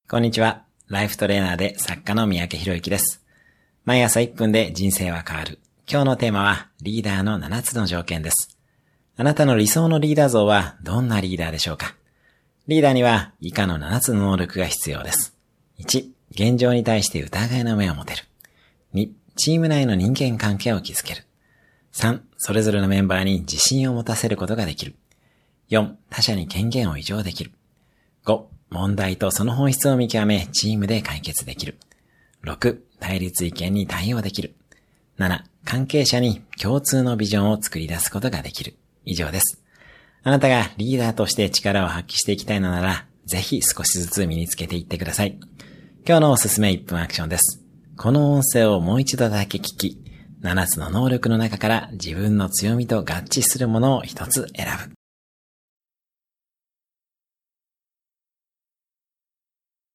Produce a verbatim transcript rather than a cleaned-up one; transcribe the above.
こんにちは。ライフトレーナーで作家の三宅博之です。毎朝いっぷんで人生は変わる。今日のテーマはリーダーのななつの条件です。あなたの理想のリーダー像はどんなリーダーでしょうか？リーダーには以下のななつの能力が必要です。いち、現状に対して疑いの目を持てる。に、チーム内の人間関係を築ける。さん、それぞれのメンバーに自信を持たせることができる。よん、他者に権限を移譲できる。ご、問題とその本質を見極め、チームで解決できる。ろく、対立意見に対応できる。なな、関係者に共通のビジョンを作り出すことができる。以上です。あなたがリーダーとして力を発揮していきたいのなら、ぜひ少しずつ身につけていってください。今日のおすすめいっぷんアクションです。この音声をもう一度だけ聞き、ななつの能力の中から自分の強みと合致するものを一つ選ぶ。